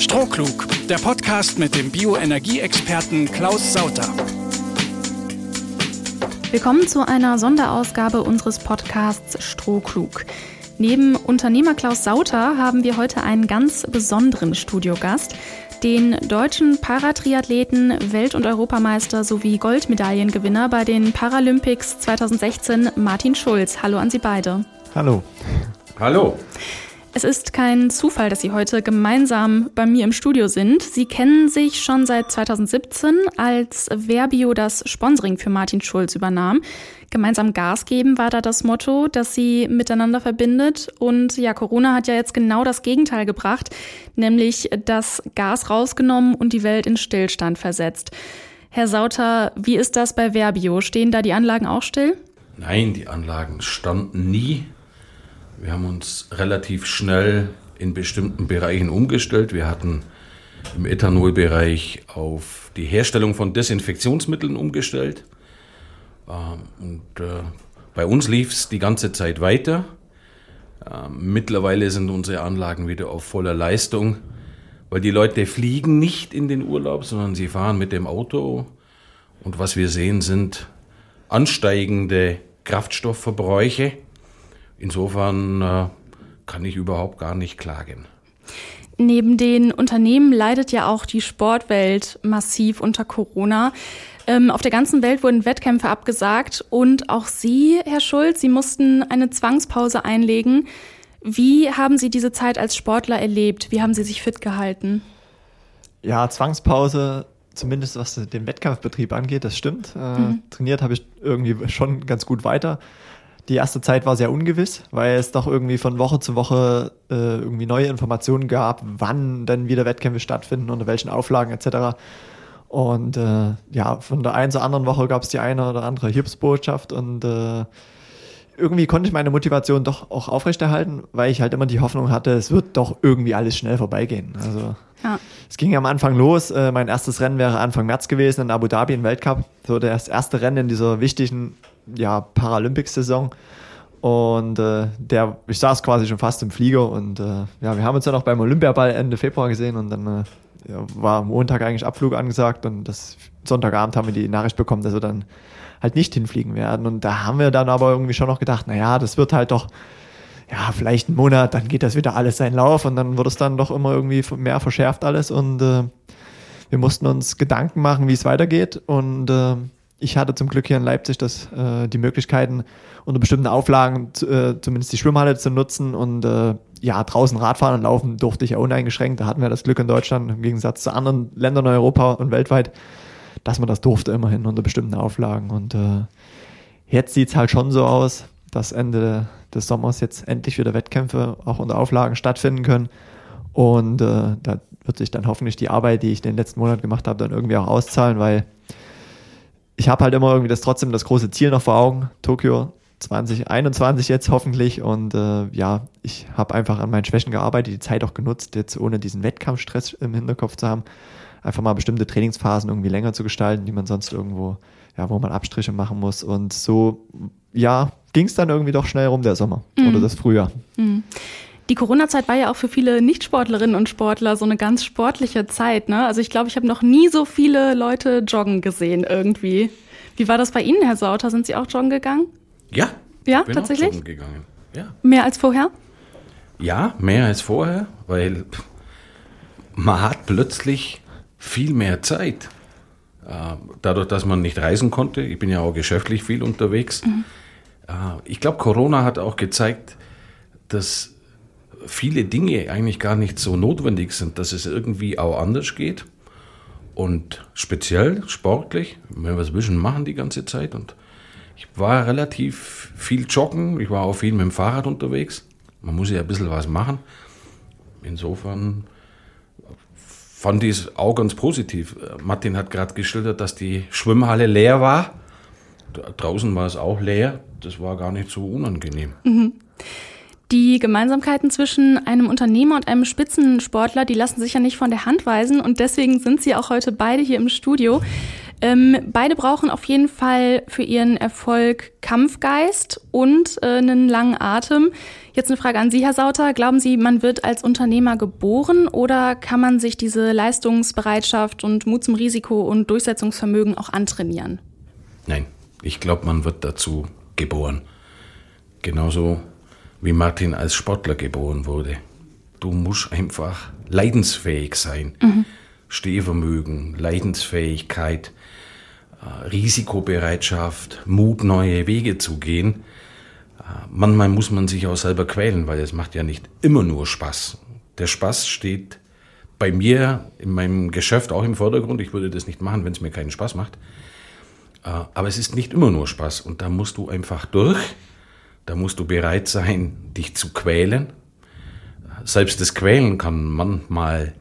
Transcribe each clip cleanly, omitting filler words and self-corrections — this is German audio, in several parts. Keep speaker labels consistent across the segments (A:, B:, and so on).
A: Strohklug, der Podcast mit dem Bioenergieexperten Klaus Sauter.
B: Willkommen zu einer Sonderausgabe unseres Podcasts Strohklug. Neben Unternehmer Klaus Sauter haben wir heute einen ganz besonderen Studiogast, den deutschen Paratriathleten, Welt- und Europameister sowie Goldmedaillengewinner bei den Paralympics 2016, Martin Schulz. Hallo an Sie beide.
C: Hallo.
D: Hallo.
B: Es ist kein Zufall, dass Sie heute gemeinsam bei mir im Studio sind. Sie kennen sich schon seit 2017, als Verbio das Sponsoring für Martin Schulz übernahm. Gemeinsam Gas geben war da das Motto, das sie miteinander verbindet. Und ja, Corona hat ja jetzt genau das Gegenteil gebracht, nämlich das Gas rausgenommen und die Welt in Stillstand versetzt. Herr Sauter, wie ist das bei Verbio? Stehen da die Anlagen auch still?
D: Nein, die Anlagen standen nie. Wir haben uns relativ schnell in bestimmten Bereichen umgestellt. Wir hatten im Ethanolbereich auf die Herstellung von Desinfektionsmitteln umgestellt. Bei uns lief es die ganze Zeit weiter. Mittlerweile sind unsere Anlagen wieder auf voller Leistung, weil die Leute fliegen nicht in den Urlaub, sondern sie fahren mit dem Auto. Und was wir sehen, sind ansteigende Kraftstoffverbräuche. Insofern kann ich überhaupt gar nicht klagen.
B: Neben den Unternehmen leidet ja auch die Sportwelt massiv unter Corona. Auf der ganzen Welt wurden Wettkämpfe abgesagt und auch Sie, Herr Schulz, Sie mussten eine Zwangspause einlegen. Wie haben Sie diese Zeit als Sportler erlebt? Wie haben Sie sich fit gehalten?
C: Ja, Zwangspause, zumindest was den Wettkampfbetrieb angeht, das stimmt. Trainiert habe ich irgendwie schon ganz gut weiter. Die erste Zeit war sehr ungewiss, weil es doch irgendwie von Woche zu Woche irgendwie neue Informationen gab, wann denn wieder Wettkämpfe stattfinden, unter welchen Auflagen etc. Und von der einen zur anderen Woche gab es die eine oder andere Hilfsbotschaft und irgendwie konnte ich meine Motivation doch auch aufrechterhalten, weil ich halt immer die Hoffnung hatte, es wird doch irgendwie alles schnell vorbeigehen. Also Es ging ja am Anfang los. Mein erstes Rennen wäre Anfang März gewesen in Abu Dhabi im Weltcup. So das erste Rennen in dieser wichtigen Paralympics-Saison. Und ich saß quasi schon fast im Flieger und wir haben uns dann auch beim Olympiaball Ende Februar gesehen und dann war Montag eigentlich Abflug angesagt und Sonntagabend haben wir die Nachricht bekommen, dass wir dann halt nicht hinfliegen werden. Und da haben wir dann aber irgendwie schon noch gedacht, das wird halt doch vielleicht einen Monat, dann geht das wieder alles seinen Lauf und dann wird es dann doch immer irgendwie mehr verschärft alles und wir mussten uns Gedanken machen, wie es weitergeht und ich hatte zum Glück hier in Leipzig die Möglichkeiten, unter bestimmten Auflagen zumindest die Schwimmhalle zu nutzen und draußen Radfahren und Laufen durfte ich ja uneingeschränkt. Da hatten wir das Glück in Deutschland im Gegensatz zu anderen Ländern in Europa und weltweit, dass man das durfte immerhin unter bestimmten Auflagen. Und jetzt sieht es halt schon so aus, dass Ende des Sommers jetzt endlich wieder Wettkämpfe auch unter Auflagen stattfinden können. Und da wird sich dann hoffentlich die Arbeit, die ich den letzten Monat gemacht habe, dann irgendwie auch auszahlen, weil ich habe halt immer irgendwie trotzdem das große Ziel noch vor Augen, Tokio 2021 jetzt hoffentlich und ich habe einfach an meinen Schwächen gearbeitet, die Zeit auch genutzt, jetzt ohne diesen Wettkampfstress im Hinterkopf zu haben, einfach mal bestimmte Trainingsphasen irgendwie länger zu gestalten, die man sonst irgendwo, wo man Abstriche machen muss und so, ging es dann irgendwie doch schnell rum der Sommer oder das Frühjahr.
B: Die Corona-Zeit war ja auch für viele Nicht-Sportlerinnen und Sportler so eine ganz sportliche Zeit, ne? Also ich glaube, ich habe noch nie so viele Leute joggen gesehen irgendwie. Wie war das bei Ihnen, Herr Sauter? Sind Sie auch joggen gegangen?
D: Ja,
B: ja,
D: bin
B: tatsächlich?
D: auch joggen gegangen. Ja.
B: Mehr als vorher?
D: Ja, mehr als vorher, weil man hat plötzlich viel mehr Zeit. Dadurch, dass man nicht reisen konnte. Ich bin ja auch geschäftlich viel unterwegs. Ich glaube, Corona hat auch gezeigt, dass viele Dinge eigentlich gar nicht so notwendig sind, dass es irgendwie auch anders geht. Und speziell sportlich, wir was Vision machen die ganze Zeit. Und ich war relativ viel joggen, ich war auch viel mit dem Fahrrad unterwegs. Man muss ja ein bisschen was machen. Insofern fand ich es auch ganz positiv. Martin hat gerade geschildert, dass die Schwimmhalle leer war. Draußen war es auch leer. Das war gar nicht so unangenehm.
B: Die Gemeinsamkeiten zwischen einem Unternehmer und einem Spitzensportler, die lassen sich ja nicht von der Hand weisen und deswegen sind Sie auch heute beide hier im Studio. Beide brauchen auf jeden Fall für ihren Erfolg Kampfgeist und einen langen Atem. Jetzt eine Frage an Sie, Herr Sauter. Glauben Sie, man wird als Unternehmer geboren oder kann man sich diese Leistungsbereitschaft und Mut zum Risiko und Durchsetzungsvermögen auch antrainieren?
D: Nein, ich glaube, man wird dazu geboren. Genauso wie Martin als Sportler geboren wurde. Du musst einfach leidensfähig sein. Stehvermögen, Leidensfähigkeit, Risikobereitschaft, Mut, neue Wege zu gehen. Manchmal muss man sich auch selber quälen, weil es macht ja nicht immer nur Spaß. Der Spaß steht bei mir in meinem Geschäft auch im Vordergrund. Ich würde das nicht machen, wenn es mir keinen Spaß macht. Aber es ist nicht immer nur Spaß und da musst du einfach durch. Da musst du bereit sein, dich zu quälen. Selbst das Quälen kann manchmal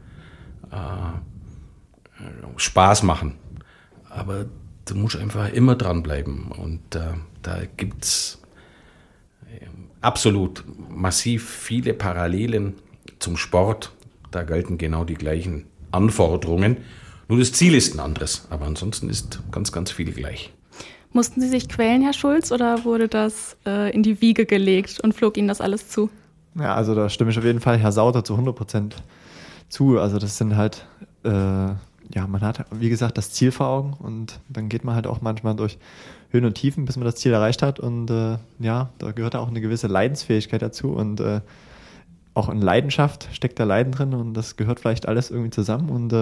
D: Spaß machen. Aber du musst einfach immer dranbleiben. Und da gibt es absolut massiv viele Parallelen zum Sport. Da gelten genau die gleichen Anforderungen. Nur das Ziel ist ein anderes. Aber ansonsten ist ganz, ganz viel gleich.
B: Mussten Sie sich quälen, Herr Schulz, oder wurde das in die Wiege gelegt und flog Ihnen das alles zu?
C: Ja, also da stimme ich auf jeden Fall Herr Sauter zu 100% zu. Also das sind halt, man hat, wie gesagt, das Ziel vor Augen und dann geht man halt auch manchmal durch Höhen und Tiefen, bis man das Ziel erreicht hat und da gehört auch eine gewisse Leidensfähigkeit dazu und auch in Leidenschaft steckt da Leiden drin und das gehört vielleicht alles irgendwie zusammen und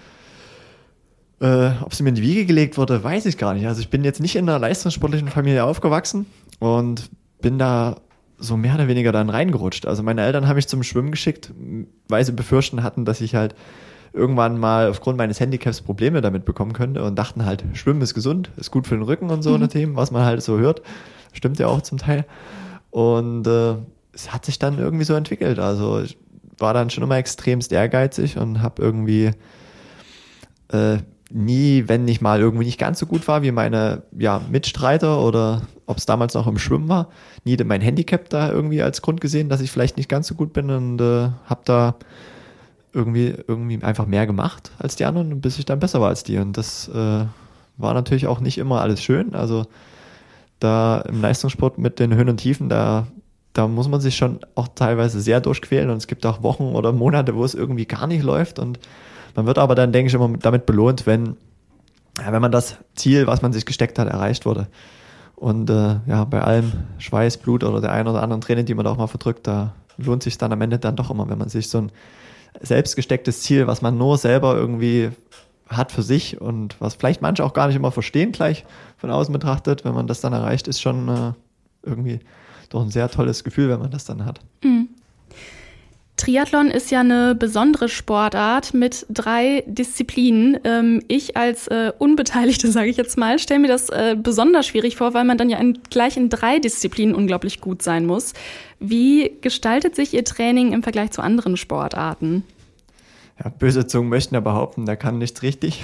C: ob sie mir in die Wiege gelegt wurde, weiß ich gar nicht. Also ich bin jetzt nicht in einer leistungssportlichen Familie aufgewachsen und bin da so mehr oder weniger dann reingerutscht. Also meine Eltern haben mich zum Schwimmen geschickt, weil sie befürchten hatten, dass ich halt irgendwann mal aufgrund meines Handicaps Probleme damit bekommen könnte und dachten halt, Schwimmen ist gesund, ist gut für den Rücken und so eine Themen, was man halt so hört. Stimmt ja auch zum Teil. Und es hat sich dann irgendwie so entwickelt. Also ich war dann schon immer extremst ehrgeizig und habe irgendwie nie, wenn ich mal irgendwie nicht ganz so gut war wie meine Mitstreiter oder ob es damals noch im Schwimmen war, nie mein Handicap da irgendwie als Grund gesehen, dass ich vielleicht nicht ganz so gut bin und habe da irgendwie einfach mehr gemacht als die anderen, bis ich dann besser war als die. Und das war natürlich auch nicht immer alles schön. Also da im Leistungssport mit den Höhen und Tiefen, da muss man sich schon auch teilweise sehr durchquälen und es gibt auch Wochen oder Monate, wo es irgendwie gar nicht läuft und man wird aber dann, denke ich, immer damit belohnt, wenn man das Ziel, was man sich gesteckt hat, erreicht wurde. Und bei allem Schweiß, Blut oder der einen oder anderen Tränen, die man da auch mal verdrückt, da lohnt sich dann am Ende dann doch immer, wenn man sich so ein selbst gestecktes Ziel, was man nur selber irgendwie hat für sich und was vielleicht manche auch gar nicht immer verstehen, gleich von außen betrachtet, wenn man das dann erreicht, ist schon irgendwie doch ein sehr tolles Gefühl, wenn man das dann hat.
B: Mhm. Triathlon ist ja eine besondere Sportart mit 3 Disziplinen. Ich als Unbeteiligte, sage ich jetzt mal, stelle mir das besonders schwierig vor, weil man dann ja gleich in 3 Disziplinen unglaublich gut sein muss. Wie gestaltet sich Ihr Training im Vergleich zu anderen Sportarten?
C: Ja, böse Zungen möchten ja behaupten, der kann nichts richtig.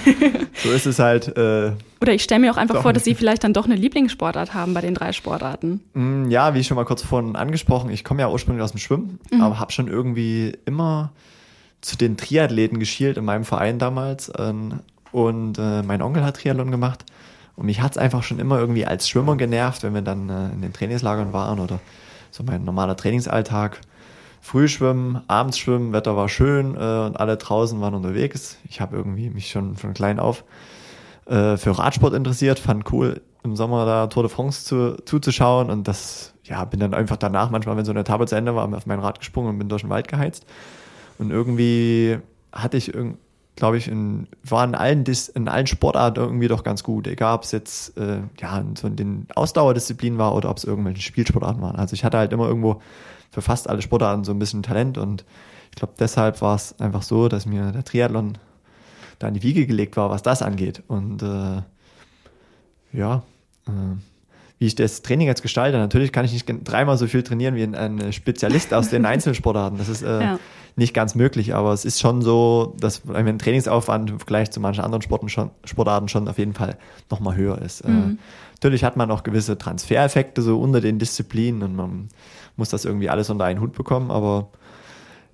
C: So ist es halt.
B: Oder ich stelle mir auch einfach vor, dass Sie vielleicht dann doch eine Lieblingssportart haben bei den 3 Sportarten.
C: Ja, wie schon mal kurz vorhin angesprochen, ich komme ja ursprünglich aus dem Schwimmen, aber habe schon irgendwie immer zu den Triathleten geschielt in meinem Verein damals. Und mein Onkel hat Triathlon gemacht. Und mich hat es einfach schon immer irgendwie als Schwimmer genervt, wenn wir dann in den Trainingslagern waren oder so mein normaler Trainingsalltag. Frühschwimmen, abends schwimmen, Wetter war schön und alle draußen waren unterwegs. Ich habe irgendwie mich schon von klein auf für Radsport interessiert, fand cool, im Sommer da Tour de France zuzuschauen und das, bin dann einfach danach manchmal, wenn so eine Etappe zu Ende war, auf mein Rad gesprungen und bin durch den Wald geheizt. Und irgendwie hatte ich, glaube ich, war in allen Sportarten irgendwie doch ganz gut, egal ob es jetzt so in den Ausdauerdisziplinen war oder ob es irgendwelche Spielsportarten waren. Also ich hatte halt immer irgendwo für fast alle Sportarten so ein bisschen Talent und ich glaube, deshalb war es einfach so, dass mir der Triathlon da in die Wiege gelegt war, was das angeht. Und wie ich das Training jetzt gestalte, natürlich kann ich nicht 3-mal so viel trainieren wie ein Spezialist aus den Einzelsportarten. Das ist nicht ganz möglich, aber es ist schon so, dass ein Trainingsaufwand im Vergleich zu manchen anderen Sportarten schon auf jeden Fall nochmal höher ist. Natürlich hat man auch gewisse Transfereffekte so unter den Disziplinen und man muss das irgendwie alles unter einen Hut bekommen, aber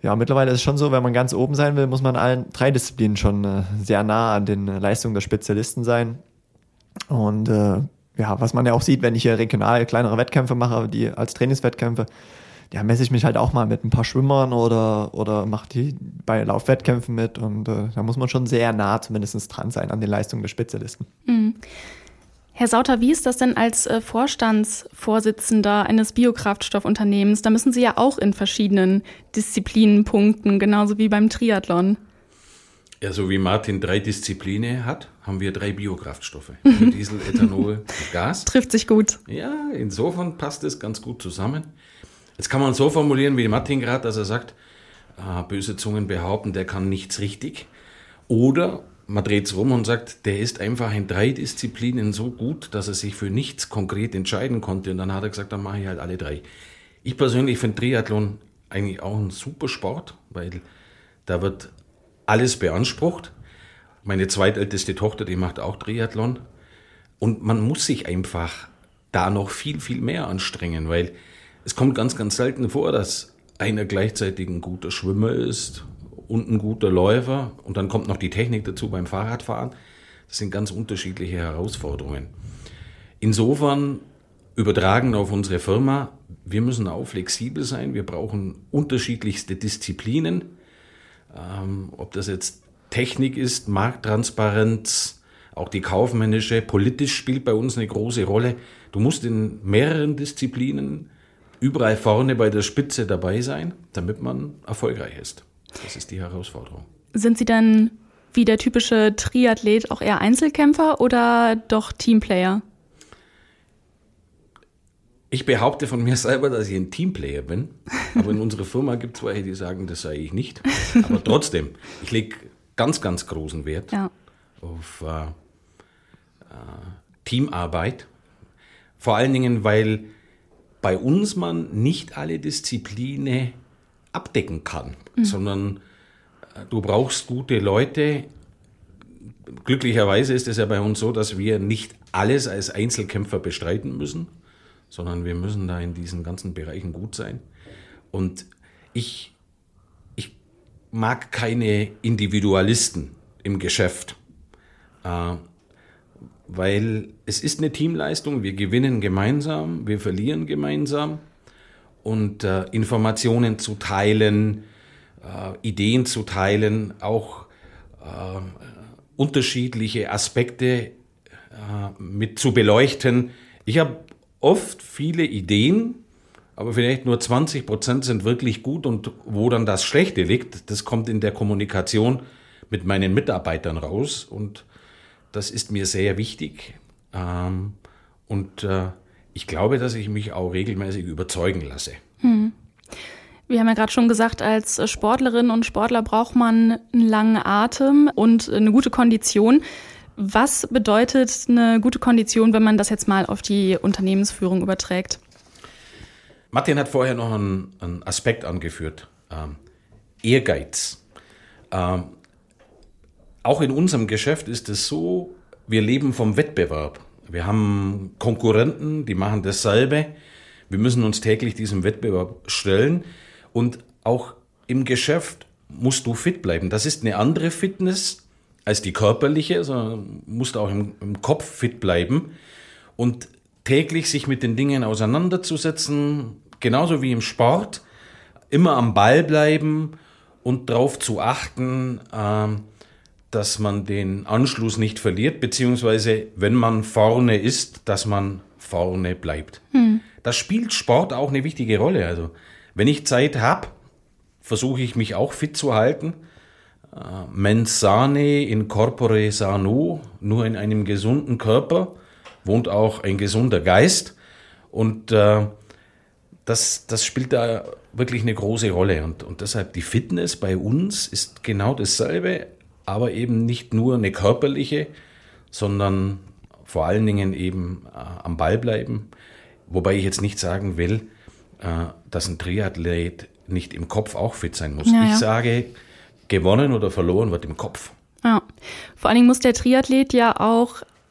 C: Ja, mittlerweile ist es schon so, wenn man ganz oben sein will, muss man in allen 3 Disziplinen schon sehr nah an den Leistungen der Spezialisten sein. Und was man ja auch sieht, wenn ich hier regional kleinere Wettkämpfe mache, die als Trainingswettkämpfe, ja, messe ich mich halt auch mal mit ein paar Schwimmern oder mache die bei Laufwettkämpfen mit. Und da muss man schon sehr nah zumindest dran sein an den Leistungen der Spezialisten.
B: Mhm. Herr Sauter, wie ist das denn als Vorstandsvorsitzender eines Biokraftstoffunternehmens? Da müssen Sie ja auch in verschiedenen Disziplinen punkten, genauso wie beim Triathlon.
D: Ja, so wie Martin 3 Disziplinen hat, haben wir 3 Biokraftstoffe. Diesel, Ethanol und Gas.
B: Trifft sich gut.
D: Ja, insofern passt es ganz gut zusammen. Jetzt kann man so formulieren wie Martin gerade, dass er sagt, böse Zungen behaupten, der kann nichts richtig. Oder man dreht es rum und sagt, der ist einfach in 3 Disziplinen so gut, dass er sich für nichts konkret entscheiden konnte. Und dann hat er gesagt, dann mache ich halt alle 3. Ich persönlich finde Triathlon eigentlich auch ein super Sport, weil da wird alles beansprucht. Meine zweitälteste Tochter, die macht auch Triathlon. Und man muss sich einfach da noch viel, viel mehr anstrengen, weil es kommt ganz, ganz selten vor, dass einer gleichzeitig ein guter Schwimmer ist und ein guter Läufer. Und dann kommt noch die Technik dazu beim Fahrradfahren. Das sind ganz unterschiedliche Herausforderungen. Insofern übertragen auf unsere Firma, wir müssen auch flexibel sein. Wir brauchen unterschiedlichste Disziplinen. Ob das jetzt Technik ist, Markttransparenz, auch die kaufmännische, politisch spielt bei uns eine große Rolle. Du musst in mehreren Disziplinen überall vorne bei der Spitze dabei sein, damit man erfolgreich ist. Das ist die Herausforderung.
B: Sind Sie dann wie der typische Triathlet auch eher Einzelkämpfer oder doch Teamplayer?
D: Ich behaupte von mir selber, dass ich ein Teamplayer bin, aber in unserer Firma gibt es welche, die sagen, das sei ich nicht. Aber trotzdem, ich lege ganz, ganz großen Wert auf Teamarbeit. Vor allen Dingen, weil bei uns man nicht alle Disziplinen abdecken kann, sondern du brauchst gute Leute. Glücklicherweise ist es ja bei uns so, dass wir nicht alles als Einzelkämpfer bestreiten müssen, sondern wir müssen da in diesen ganzen Bereichen gut sein. Und ich mag keine Individualisten im Geschäft, weil es ist eine Teamleistung, wir gewinnen gemeinsam, wir verlieren gemeinsam und Informationen zu teilen, Ideen zu teilen, auch unterschiedliche Aspekte mit zu beleuchten. Ich habe oft viele Ideen, aber vielleicht nur 20% sind wirklich gut und wo dann das Schlechte liegt, das kommt in der Kommunikation mit meinen Mitarbeitern raus und das ist mir sehr wichtig und ich glaube, dass ich mich auch regelmäßig überzeugen lasse.
B: Wir haben ja gerade schon gesagt, als Sportlerin und Sportler braucht man einen langen Atem und eine gute Kondition. Was bedeutet eine gute Kondition, wenn man das jetzt mal auf die Unternehmensführung überträgt?
D: Martin hat vorher noch einen Aspekt angeführt, Ehrgeiz. Auch in unserem Geschäft ist es so, wir leben vom Wettbewerb. Wir haben Konkurrenten, die machen dasselbe. Wir müssen uns täglich diesem Wettbewerb stellen. Und auch im Geschäft musst du fit bleiben. Das ist eine andere Fitness als die körperliche, sondern musst auch im Kopf fit bleiben. Und täglich sich mit den Dingen auseinanderzusetzen, genauso wie im Sport, immer am Ball bleiben und darauf zu achten, dass man den Anschluss nicht verliert, beziehungsweise wenn man vorne ist, dass man vorne bleibt. Da spielt Sport auch eine wichtige Rolle. Also wenn ich Zeit habe, versuche ich mich auch fit zu halten. Mens sane in corpore sano, nur in einem gesunden Körper wohnt auch ein gesunder Geist. Und das spielt da wirklich eine große Rolle. Und deshalb die Fitness bei uns ist genau dasselbe, aber eben nicht nur eine körperliche, sondern vor allen Dingen eben am Ball bleiben. Wobei ich jetzt nicht sagen will, dass ein Triathlet nicht im Kopf auch fit sein muss.
B: Ja.
D: Ich sage, gewonnen oder verloren wird im Kopf.
B: Ja. Vor allen Dingen muss der Triathlet ja auch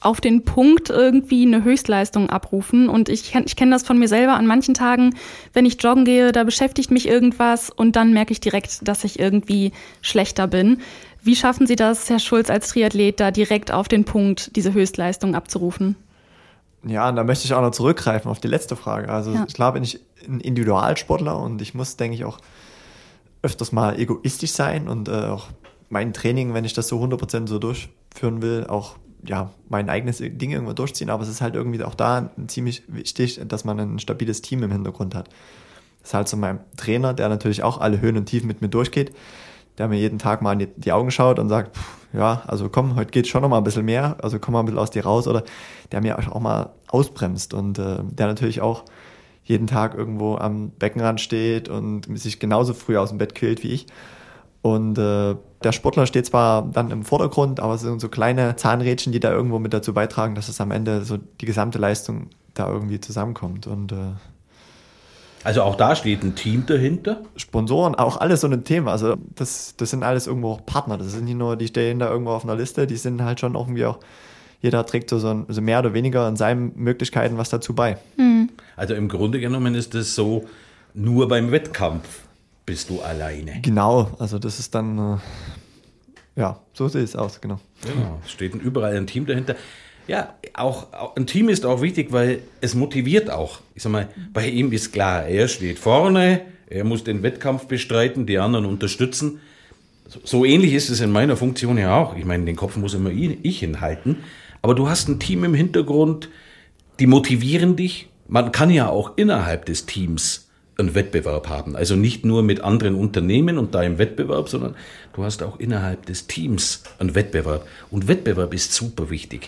B: auf den Punkt irgendwie eine Höchstleistung abrufen. Und ich kenne das von mir selber. An manchen Tagen, wenn ich joggen gehe, da beschäftigt mich irgendwas und dann merke ich direkt, dass ich irgendwie schlechter bin. Wie schaffen Sie das, Herr Schulz, als Triathlet, da direkt auf den Punkt diese Höchstleistung abzurufen?
C: Ja, und da möchte ich auch noch zurückgreifen auf die letzte Frage. Also klar bin ich ein Individualsportler und ich muss, denke ich, auch öfters mal egoistisch sein und auch mein Training, wenn ich das so 100% so durchführen will, auch mein eigenes Ding irgendwo durchziehen. Aber es ist halt irgendwie auch da ziemlich wichtig, dass man ein stabiles Team im Hintergrund hat. Das ist halt so mein Trainer, der natürlich auch alle Höhen und Tiefen mit mir durchgeht, der mir jeden Tag mal in die Augen schaut und sagt, also komm, heute geht schon noch mal ein bisschen mehr, also komm mal ein bisschen aus dir raus, oder der mir auch mal ausbremst und der natürlich auch jeden Tag irgendwo am Beckenrand steht und sich genauso früh aus dem Bett quält wie ich. Und der Sportler steht zwar dann im Vordergrund, aber es sind so kleine Zahnrädchen, die da irgendwo mit dazu beitragen, dass es am Ende so die gesamte Leistung da irgendwie zusammenkommt. Und
D: also auch da steht ein Team dahinter?
C: Sponsoren, auch alles so ein Thema. Also das sind alles irgendwo auch Partner. Das sind nicht nur, die stehen da irgendwo auf einer Liste, die sind halt schon irgendwie auch, jeder trägt so mehr oder weniger in seinen Möglichkeiten was dazu bei.
B: Mhm.
D: Also im Grunde genommen ist das so, nur beim Wettkampf bist du alleine.
C: Genau, also das ist dann, so sieht es aus, genau.
D: Genau, es steht überall ein Team dahinter. Ja, auch ein Team ist auch wichtig, weil es motiviert auch. Ich sag mal, bei ihm ist klar, er steht vorne, er muss den Wettkampf bestreiten, die anderen unterstützen. So ähnlich ist es in meiner Funktion ja auch. Ich meine, den Kopf muss immer ich hinhalten. Aber du hast ein Team im Hintergrund, die motivieren dich. Man kann ja auch innerhalb des Teams einen Wettbewerb haben. Also nicht nur mit anderen Unternehmen und da im Wettbewerb, sondern du hast auch innerhalb des Teams einen Wettbewerb. Und Wettbewerb ist super wichtig.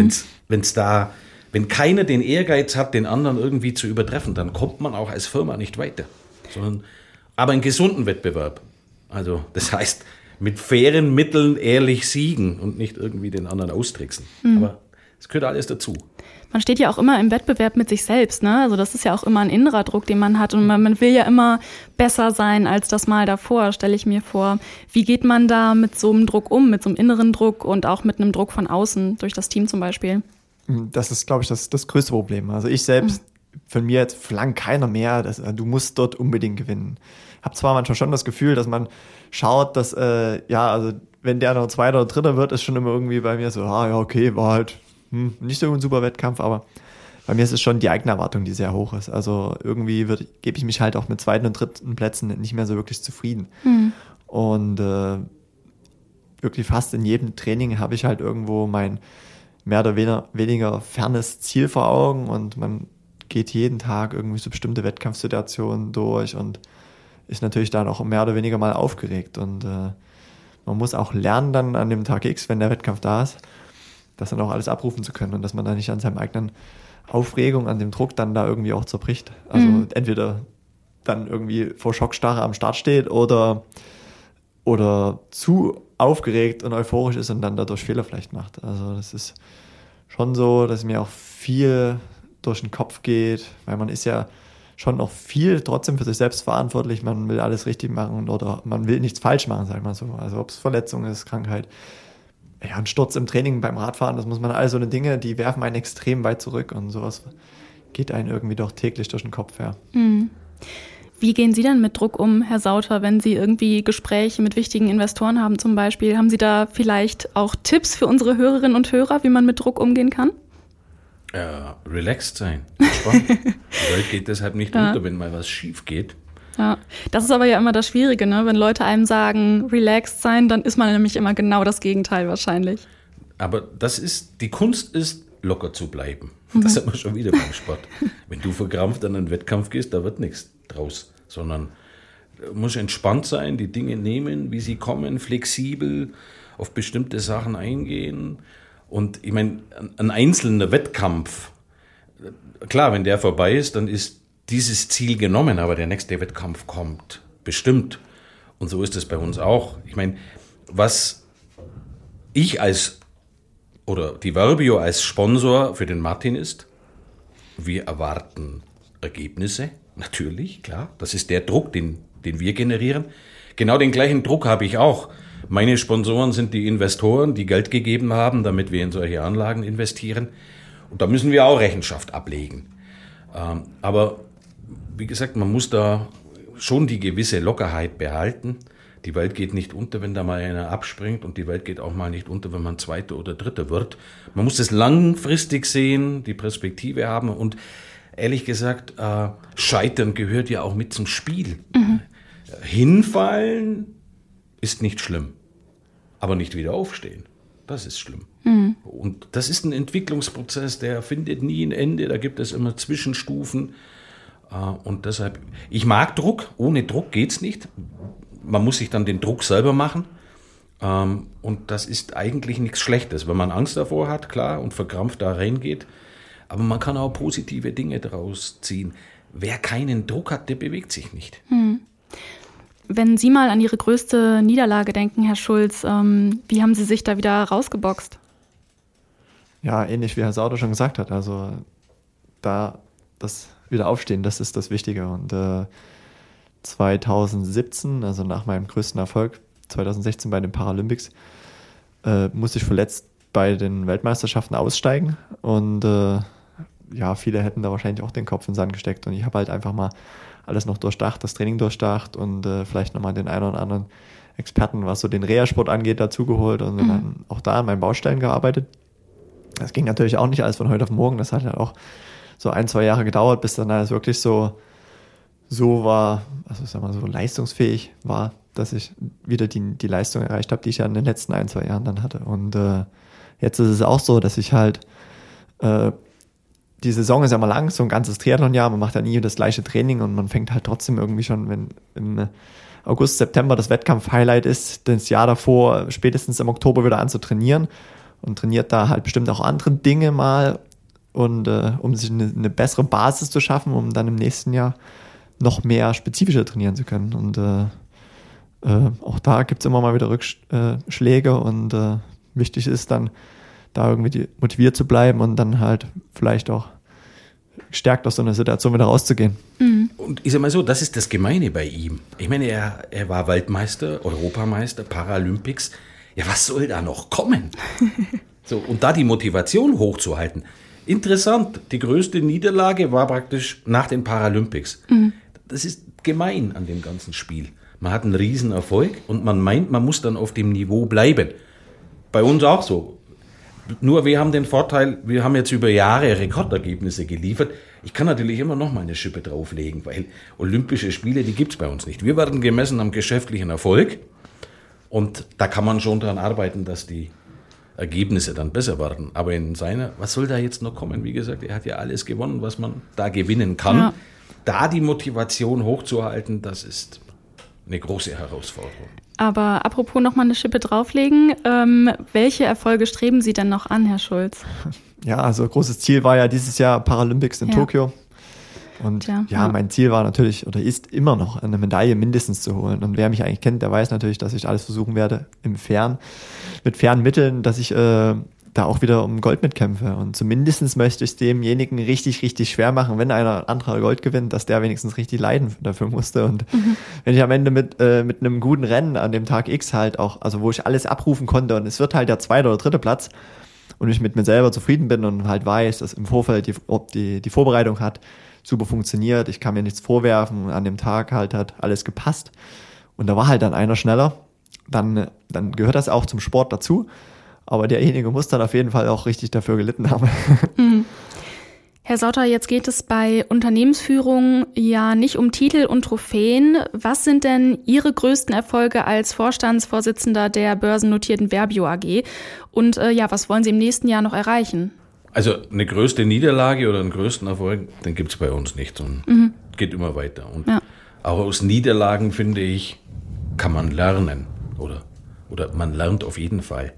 D: Wenn keiner den Ehrgeiz hat, den anderen irgendwie zu übertreffen, dann kommt man auch als Firma nicht weiter. Aber einen gesunden Wettbewerb. Also das heißt, mit fairen Mitteln ehrlich siegen und nicht irgendwie den anderen austricksen. Aber es gehört alles dazu.
B: Man steht ja auch immer im Wettbewerb mit sich selbst, ne? Also das ist ja auch immer ein innerer Druck, den man hat. Und man will ja immer besser sein als das Mal davor, stelle ich mir vor. Wie geht man da mit so einem Druck um, mit so einem inneren Druck und auch mit einem Druck von außen, durch das Team zum Beispiel?
C: Das ist, glaube ich, das größte Problem. Also ich selbst, von mir jetzt verlangt keiner mehr, du musst dort unbedingt gewinnen. Habe zwar manchmal schon das Gefühl, dass man schaut, dass, also wenn der noch Zweiter oder Dritter wird, ist schon immer irgendwie bei mir so, okay, war halt nicht so ein super Wettkampf, aber bei mir ist es schon die eigene Erwartung, die sehr hoch ist. Also irgendwie gebe ich mich halt auch mit zweiten und dritten Plätzen nicht mehr so wirklich zufrieden. Und wirklich fast in jedem Training habe ich halt irgendwo mein mehr oder weniger fernes Ziel vor Augen und man geht jeden Tag irgendwie so bestimmte Wettkampfsituationen durch und ist natürlich dann auch mehr oder weniger mal aufgeregt. Und man muss auch lernen dann an dem Tag X, wenn der Wettkampf da ist, das dann auch alles abrufen zu können und dass man dann nicht an seinem eigenen Aufregung, an dem Druck dann da irgendwie auch zerbricht. Also entweder dann irgendwie vor Schockstarre am Start steht oder zu aufgeregt und euphorisch ist und dann dadurch Fehler vielleicht macht. Also das ist schon so, dass mir auch viel durch den Kopf geht, weil man ist ja schon noch viel trotzdem für sich selbst verantwortlich. Man will alles richtig machen oder man will nichts falsch machen, sag ich mal so. Also ob es Verletzung ist, Krankheit, ein Sturz im Training beim Radfahren, das muss man, all so eine Dinge, die werfen einen extrem weit zurück und sowas geht einen irgendwie doch täglich durch den Kopf her.
B: Wie gehen Sie denn mit Druck um, Herr Sauter, wenn Sie irgendwie Gespräche mit wichtigen Investoren haben zum Beispiel? Haben Sie da vielleicht auch Tipps für unsere Hörerinnen und Hörer, wie man mit Druck umgehen kann?
D: Relaxed sein, entspannt. Die Welt geht deshalb nicht unter, wenn mal was schief geht.
B: Ja, das ist aber ja immer das Schwierige, ne? Wenn Leute einem sagen, relaxed sein, dann ist man nämlich immer genau das Gegenteil wahrscheinlich.
D: Aber die Kunst ist, locker zu bleiben. Das sind wir schon wieder beim Sport. Wenn du verkrampft an einen Wettkampf gehst, da wird nichts draus, sondern du musst entspannt sein, die Dinge nehmen, wie sie kommen, flexibel auf bestimmte Sachen eingehen. Und ich meine, ein einzelner Wettkampf, klar, wenn der vorbei ist, dann ist dieses Ziel genommen, aber der nächste Wettkampf kommt bestimmt. Und so ist es bei uns auch. Ich meine, was ich oder die Verbio als Sponsor für den Martin ist, wir erwarten Ergebnisse, natürlich, klar. Das ist der Druck, den wir generieren. Genau den gleichen Druck habe ich auch Meine Sponsoren sind die Investoren, die Geld gegeben haben, damit wir in solche Anlagen investieren. Und da müssen wir auch Rechenschaft ablegen. Aber wie gesagt, man muss da schon die gewisse Lockerheit behalten. Die Welt geht nicht unter, wenn da mal einer abspringt, und die Welt geht auch mal nicht unter, wenn man Zweiter oder Dritter wird. Man muss das langfristig sehen, die Perspektive haben, und ehrlich gesagt, Scheitern gehört ja auch mit zum Spiel. Hinfallen ist nicht schlimm, aber nicht wieder aufstehen, das ist schlimm. Und das ist ein Entwicklungsprozess, der findet nie ein Ende, da gibt es immer Zwischenstufen. Und deshalb, ich mag Druck, ohne Druck geht's nicht. Man muss sich dann den Druck selber machen. Und das ist eigentlich nichts Schlechtes, wenn man Angst davor hat, klar, und verkrampft da reingeht. Aber man kann auch positive Dinge daraus ziehen. Wer keinen Druck hat, der bewegt sich nicht.
B: Wenn Sie mal an Ihre größte Niederlage denken, Herr Schulz, wie haben Sie sich da wieder rausgeboxt?
C: Ja, ähnlich wie Herr Sauter schon gesagt hat. Also da das Wiederaufstehen, das ist das Wichtige. Und 2017, also nach meinem größten Erfolg, 2016 bei den Paralympics, musste ich verletzt bei den Weltmeisterschaften aussteigen. Und viele hätten da wahrscheinlich auch den Kopf in den Sand gesteckt. Und ich habe halt einfach mal alles noch durchdacht, das Training durchdacht und vielleicht nochmal den einen oder anderen Experten, was so den Reha-Sport angeht, dazugeholt und dann auch da an meinen Baustellen gearbeitet. Das ging natürlich auch nicht alles von heute auf morgen. Das hat halt auch so 1-2 Jahre gedauert, bis dann alles wirklich so war, also sagen wir so leistungsfähig war, dass ich wieder die Leistung erreicht habe, die ich ja in den letzten 1-2 Jahren dann hatte. Und jetzt ist es auch so, dass ich halt die Saison ist ja mal lang, so ein ganzes Triathlonjahr, man macht ja nie das gleiche Training und man fängt halt trotzdem irgendwie schon, wenn im August, September das Wettkampf-Highlight ist, das Jahr davor spätestens im Oktober wieder an zu trainieren und trainiert da halt bestimmt auch andere Dinge mal und um sich eine bessere Basis zu schaffen, um dann im nächsten Jahr noch mehr spezifischer trainieren zu können. Und auch da gibt es immer mal wieder Rückschläge und wichtig ist dann, da irgendwie motiviert zu bleiben und dann halt vielleicht auch gestärkt aus so einer Situation wieder rauszugehen.
D: Und ich sag mal so, das ist das Gemeine bei ihm. Ich meine, er war Weltmeister, Europameister, Paralympics. Ja, was soll da noch kommen? So, und da die Motivation hochzuhalten. Interessant, die größte Niederlage war praktisch nach den Paralympics. Das ist gemein an dem ganzen Spiel. Man hat einen Riesenerfolg und man meint, man muss dann auf dem Niveau bleiben. Bei uns auch so. Nur wir haben den Vorteil, wir haben jetzt über Jahre Rekordergebnisse geliefert. Ich kann natürlich immer noch mal eine Schippe drauflegen, weil Olympische Spiele, die gibt es bei uns nicht. Wir werden gemessen am geschäftlichen Erfolg und da kann man schon dran arbeiten, dass die Ergebnisse dann besser werden. Aber was soll da jetzt noch kommen? Wie gesagt, er hat ja alles gewonnen, was man da gewinnen kann. Ja. Da die Motivation hochzuhalten, das ist eine große Herausforderung.
B: Aber apropos nochmal eine Schippe drauflegen, welche Erfolge streben Sie denn noch an, Herr Schulz?
C: Ja, also großes Ziel war ja dieses Jahr Paralympics in Tokio. Und mein Ziel war natürlich oder ist immer noch, eine Medaille mindestens zu holen. Und wer mich eigentlich kennt, der weiß natürlich, dass ich alles versuchen werde, mit fairen Mitteln, dass ich da auch wieder um Gold mitkämpfe. Und zumindest möchte ich es demjenigen richtig, richtig schwer machen, wenn einer anderer Gold gewinnt, dass der wenigstens richtig leiden dafür musste. Und wenn ich am Ende mit einem guten Rennen an dem Tag X halt auch, also wo ich alles abrufen konnte und es wird halt der 2. oder 3. Platz und ich mit mir selber zufrieden bin und halt weiß, dass im Vorfeld die Vorbereitung hat super funktioniert, ich kann mir nichts vorwerfen, an dem Tag halt hat alles gepasst und da war halt dann einer schneller, dann gehört das auch zum Sport dazu. Aber derjenige muss dann auf jeden Fall auch richtig dafür gelitten haben.
B: Herr Sauter, jetzt geht es bei Unternehmensführung ja nicht um Titel und Trophäen. Was sind denn Ihre größten Erfolge als Vorstandsvorsitzender der börsennotierten Verbio AG? Und was wollen Sie im nächsten Jahr noch erreichen?
D: Also eine größte Niederlage oder einen größten Erfolg, den gibt es bei uns nicht. Und geht immer weiter. Und auch aus Niederlagen, finde ich, kann man lernen. Oder man lernt auf jeden Fall.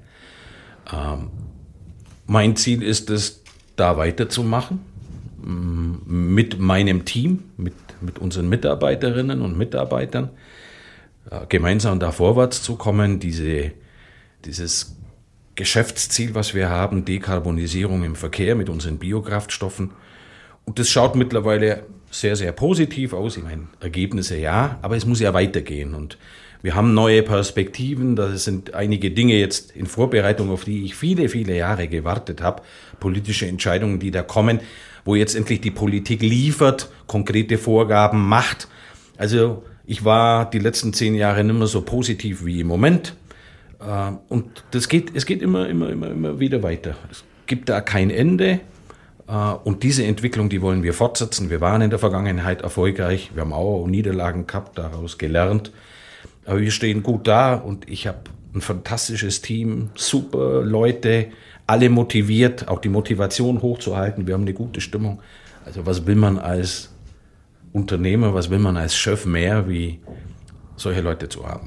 D: Mein Ziel ist es, da weiterzumachen, mit meinem Team, mit unseren Mitarbeiterinnen und Mitarbeitern, gemeinsam da vorwärts zu kommen, dieses Geschäftsziel, was wir haben, Dekarbonisierung im Verkehr mit unseren Biokraftstoffen. Und das schaut mittlerweile sehr, sehr positiv aus. Ich meine, Ergebnisse ja, aber es muss ja weitergehen. Und wir haben neue Perspektiven. Da sind einige Dinge jetzt in Vorbereitung, auf die ich viele, viele Jahre gewartet habe. Politische Entscheidungen, die da kommen, wo jetzt endlich die Politik liefert, konkrete Vorgaben macht. Also ich war die letzten 10 Jahre nicht mehr so positiv wie im Moment. Und es geht immer wieder weiter. Es gibt da kein Ende. Und diese Entwicklung, die wollen wir fortsetzen. Wir waren in der Vergangenheit erfolgreich. Wir haben auch Niederlagen gehabt, daraus gelernt. Aber wir stehen gut da und ich habe ein fantastisches Team, super Leute, alle motiviert, auch die Motivation hochzuhalten. Wir haben eine gute Stimmung. Also was will man als Unternehmer, was will man als Chef mehr, wie solche Leute zu haben?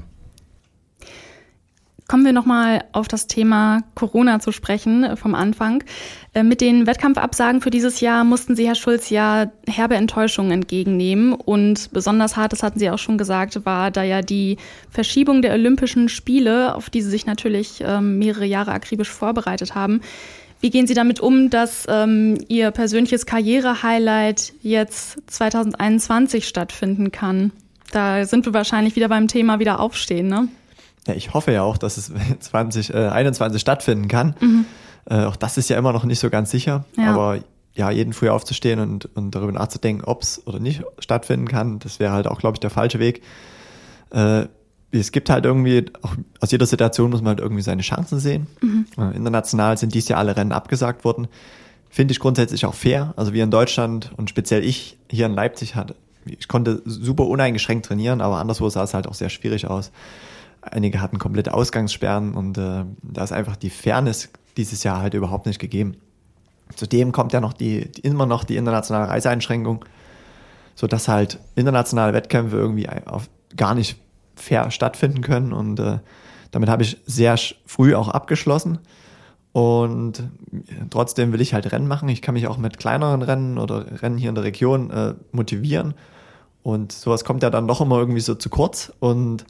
B: Kommen wir nochmal auf das Thema Corona zu sprechen vom Anfang. Mit den Wettkampfabsagen für dieses Jahr mussten Sie, Herr Schulz, ja herbe Enttäuschungen entgegennehmen. Und besonders hart, das hatten Sie auch schon gesagt, war da ja die Verschiebung der Olympischen Spiele, auf die Sie sich natürlich mehrere Jahre akribisch vorbereitet haben. Wie gehen Sie damit um, dass Ihr persönliches Karriere-Highlight jetzt 2021 stattfinden kann? Da sind wir wahrscheinlich wieder beim Thema Wiederaufstehen, ne?
C: Ja, ich hoffe ja auch, dass es 2021 stattfinden kann. Auch das ist ja immer noch nicht so ganz sicher. Ja. Aber ja, jeden früh aufzustehen und darüber nachzudenken, ob es oder nicht stattfinden kann, das wäre halt auch, glaube ich, der falsche Weg. Es gibt halt irgendwie, auch aus jeder Situation muss man halt irgendwie seine Chancen sehen. International sind dies Jahr alle Rennen abgesagt worden. Finde ich grundsätzlich auch fair. Also wir in Deutschland und speziell ich hier in Leipzig ich konnte super uneingeschränkt trainieren, aber anderswo sah es halt auch sehr schwierig aus. Einige hatten komplette Ausgangssperren und da ist einfach die Fairness dieses Jahr halt überhaupt nicht gegeben. Zudem kommt ja noch immer noch die internationale Reiseeinschränkung, sodass halt internationale Wettkämpfe irgendwie gar nicht fair stattfinden können und damit habe ich sehr früh auch abgeschlossen und trotzdem will ich halt Rennen machen. Ich kann mich auch mit kleineren Rennen oder Rennen hier in der Region motivieren und sowas kommt ja dann doch immer irgendwie so zu kurz und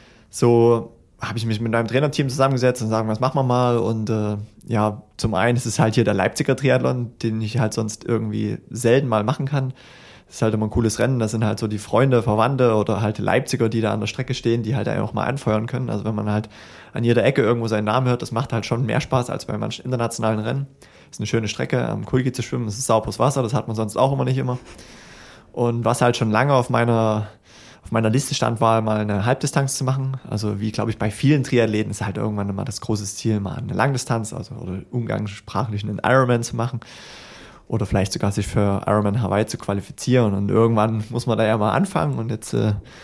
C: so habe ich mich mit einem Trainerteam zusammengesetzt und sagen, was machen wir mal? Und ja, zum einen ist es halt hier der Leipziger Triathlon, den ich halt sonst irgendwie selten mal machen kann. Das ist halt immer ein cooles Rennen. Das sind halt so die Freunde, Verwandte oder halt Leipziger, die da an der Strecke stehen, die halt einfach mal anfeuern können. Also wenn man halt an jeder Ecke irgendwo seinen Namen hört, das macht halt schon mehr Spaß als bei manchen internationalen Rennen. Das ist eine schöne Strecke, am Kulgi zu schwimmen, das ist sauberes Wasser, das hat man sonst auch immer nicht immer. Und was halt schon lange auf meiner Liste stand, war mal eine Halbdistanz zu machen. Also wie, glaube ich, bei vielen Triathleten ist halt irgendwann immer das große Ziel, mal eine Langdistanz, also oder umgangssprachlich einen Ironman zu machen. Oder vielleicht sogar sich für Ironman Hawaii zu qualifizieren. Und irgendwann muss man da ja mal anfangen. Und jetzt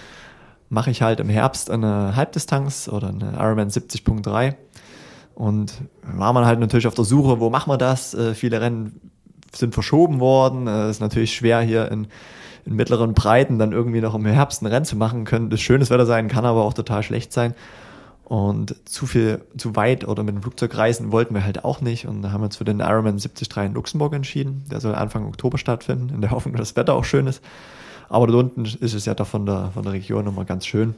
C: mache ich halt im Herbst eine Halbdistanz oder eine Ironman 70.3. Und war man halt natürlich auf der Suche, wo machen wir das? Viele Rennen sind verschoben worden. Ist natürlich schwer hier in mittleren Breiten dann irgendwie noch im Herbst ein Rennen zu machen. Könnte schönes Wetter sein, kann aber auch total schlecht sein. Und zu weit oder mit dem Flugzeug reisen wollten wir halt auch nicht. Und da haben wir uns für den Ironman 73 in Luxemburg entschieden. Der soll Anfang Oktober stattfinden, in der Hoffnung, dass das Wetter auch schön ist. Aber dort unten ist es ja da von der Region nochmal ganz schön.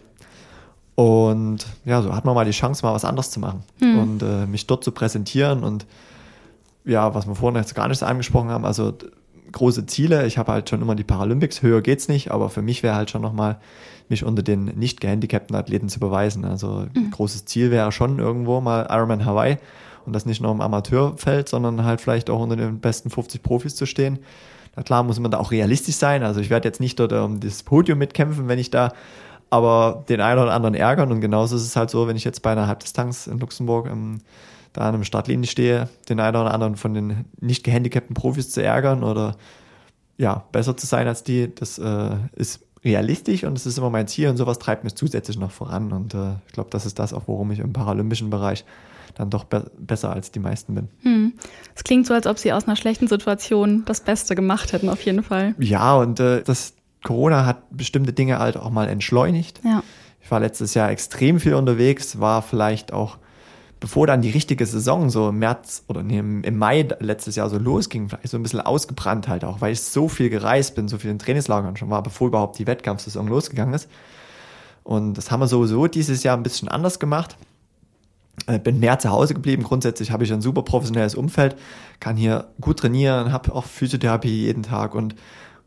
C: Und ja, so hat man mal die Chance, mal was anderes zu machen. Und mich dort zu präsentieren. Und ja, was wir vorhin jetzt gar nicht so angesprochen haben, also große Ziele. Ich habe halt schon immer die Paralympics, höher geht's nicht, aber für mich wäre halt schon nochmal, mich unter den nicht gehandicapten Athleten zu beweisen. Also großes Ziel wäre schon irgendwo mal Ironman Hawaii und das nicht nur im Amateurfeld, sondern halt vielleicht auch unter den besten 50 Profis zu stehen. Na klar muss man da auch realistisch sein. Also ich werde jetzt nicht dort um das Podium mitkämpfen, wenn ich da aber den einen oder anderen ärgern und genauso ist es halt so, wenn ich jetzt bei einer Halbdistanz in Luxemburg da an der Startlinie stehe, den einen oder anderen von den nicht gehandicapten Profis zu ärgern oder ja, besser zu sein als die, das ist realistisch und das ist immer mein Ziel und sowas treibt mich zusätzlich noch voran und ich glaube, das ist das auch, worum ich im paralympischen Bereich dann doch besser als die meisten bin.
B: Es klingt so, als ob Sie aus einer schlechten Situation das Beste gemacht hätten, auf jeden Fall.
C: Ja, und das Corona hat bestimmte Dinge halt auch mal entschleunigt. Ja. Ich war letztes Jahr extrem viel unterwegs, war vielleicht auch bevor dann die richtige Saison so im März oder im Mai letztes Jahr so losging, vielleicht so ein bisschen ausgebrannt halt auch, weil ich so viel gereist bin, so viel in Trainingslagern schon war, bevor überhaupt die Wettkampfsaison losgegangen ist. Und das haben wir sowieso dieses Jahr ein bisschen anders gemacht. Bin mehr zu Hause geblieben. Grundsätzlich habe ich ein super professionelles Umfeld, kann hier gut trainieren, habe auch Physiotherapie jeden Tag und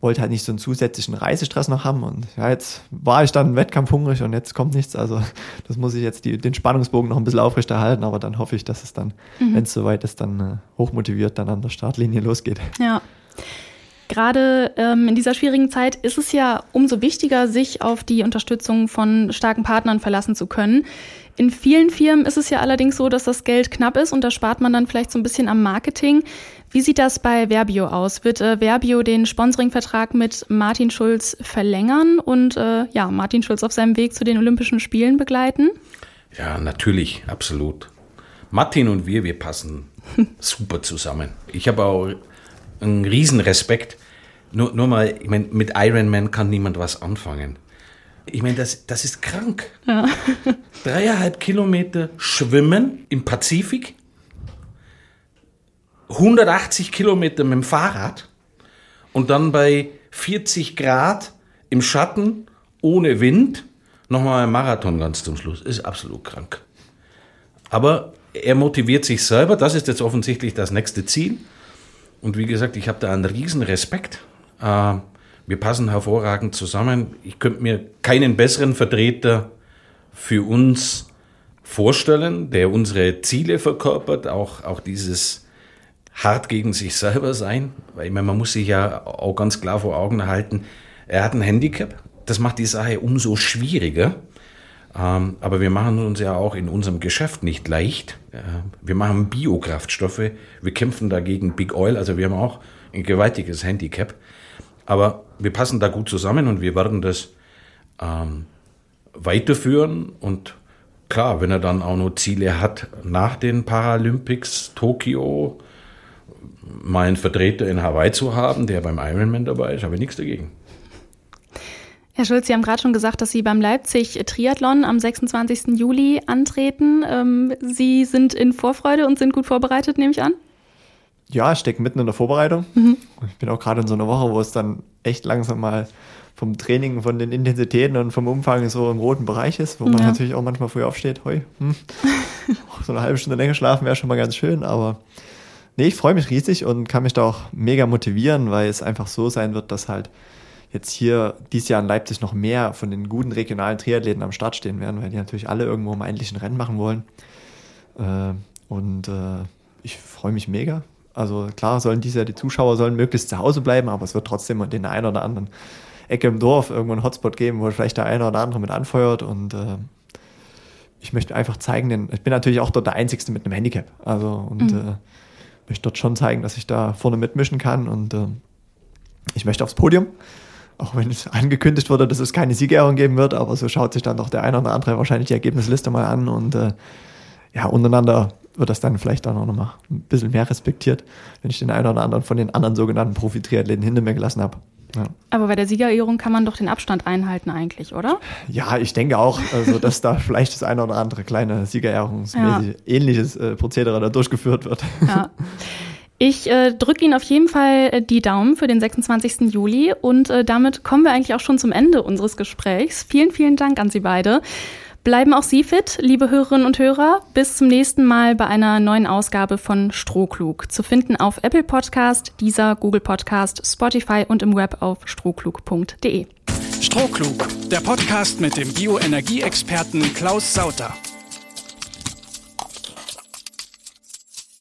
C: wollte halt nicht so einen zusätzlichen Reisestress noch haben. Und ja, jetzt war ich dann wettkampfhungrig und jetzt kommt nichts. Also das muss ich jetzt den Spannungsbogen noch ein bisschen aufrechterhalten. Aber dann hoffe ich, dass es dann, wenn es soweit ist, dann hochmotiviert dann an der Startlinie losgeht.
B: Ja. Gerade in dieser schwierigen Zeit ist es ja umso wichtiger, sich auf die Unterstützung von starken Partnern verlassen zu können. In vielen Firmen ist es ja allerdings so, dass das Geld knapp ist und da spart man dann vielleicht so ein bisschen am Marketing. Wie sieht das bei Verbio aus? Wird Verbio den Sponsoringvertrag mit Martin Schulz verlängern und Martin Schulz auf seinem Weg zu den Olympischen Spielen begleiten?
D: Ja, natürlich, absolut. Martin und wir passen super zusammen. Ich habe auch einen riesen Respekt. Nur mal, ich meine, mit Ironman kann niemand was anfangen. Ich meine, das ist krank. Ja. 3,5 Kilometer schwimmen im Pazifik, 180 Kilometer mit dem Fahrrad und dann bei 40 Grad im Schatten, ohne Wind, nochmal ein Marathon ganz zum Schluss. Ist absolut krank. Aber er motiviert sich selber, das ist jetzt offensichtlich das nächste Ziel. Und wie gesagt, ich habe da einen riesen Respekt. Wir passen hervorragend zusammen. Ich könnte mir keinen besseren Vertreter für uns vorstellen, der unsere Ziele verkörpert, auch dieses hart gegen sich selber sein. Weil ich meine, man muss sich ja auch ganz klar vor Augen halten, er hat ein Handicap. Das macht die Sache umso schwieriger. Aber wir machen uns ja auch in unserem Geschäft nicht leicht. Wir machen Biokraftstoffe, wir kämpfen dagegen Big Oil, also wir haben auch ein gewaltiges Handicap. Aber wir passen da gut zusammen und wir werden das weiterführen. Und klar, wenn er dann auch noch Ziele hat nach den Paralympics, Tokio, mal einen Vertreter in Hawaii zu haben, der beim Ironman dabei ist, habe ich nichts dagegen.
B: Herr Schulz, Sie haben gerade schon gesagt, dass Sie beim Leipzig-Triathlon am 26. Juli antreten. Sie sind in Vorfreude und sind gut vorbereitet, nehme ich an?
C: Ja, ich stecke mitten in der Vorbereitung. Ich bin auch gerade in so einer Woche, wo es dann echt langsam mal vom Training, von den Intensitäten und vom Umfang so im roten Bereich ist, wo man natürlich auch manchmal früh aufsteht. So eine halbe Stunde länger schlafen wäre schon mal ganz schön, aber nee, ich freue mich riesig und kann mich da auch mega motivieren, weil es einfach so sein wird, dass halt jetzt hier dieses Jahr in Leipzig noch mehr von den guten regionalen Triathleten am Start stehen werden, weil die natürlich alle irgendwo mal endlich ein Rennen machen wollen. Ich freue mich mega. Also klar, dieses Jahr die Zuschauer sollen möglichst zu Hause bleiben, aber es wird trotzdem in den einen oder anderen Ecke im Dorf irgendwo einen Hotspot geben, wo vielleicht der eine oder andere mit anfeuert und ich möchte einfach zeigen, ich bin natürlich auch dort der Einzige mit einem Handicap, möchte dort schon zeigen, dass ich da vorne mitmischen kann und ich möchte aufs Podium. Auch wenn es angekündigt wurde, dass es keine Siegerehrung geben wird, aber so schaut sich dann doch der eine oder andere wahrscheinlich die Ergebnisliste mal an und untereinander wird das dann vielleicht auch noch mal ein bisschen mehr respektiert, wenn ich den einen oder anderen von den anderen sogenannten Profi-Triathleten hinter mir gelassen habe. Ja.
B: Aber bei der Siegerehrung kann man doch den Abstand einhalten eigentlich, oder?
C: Ja, ich denke auch, dass da vielleicht das eine oder andere kleine Siegerehrungsmäßig ähnliches Prozedere da durchgeführt wird.
B: Ja. Ich drücke Ihnen auf jeden Fall die Daumen für den 26. Juli und damit kommen wir eigentlich auch schon zum Ende unseres Gesprächs. Vielen, vielen Dank an Sie beide. Bleiben auch Sie fit, liebe Hörerinnen und Hörer. Bis zum nächsten Mal bei einer neuen Ausgabe von Strohklug. Zu finden auf Apple Podcast, Deezer, Google Podcast, Spotify und im Web auf strohklug.de.
A: Strohklug, der Podcast mit dem Bioenergieexperten Klaus Sauter.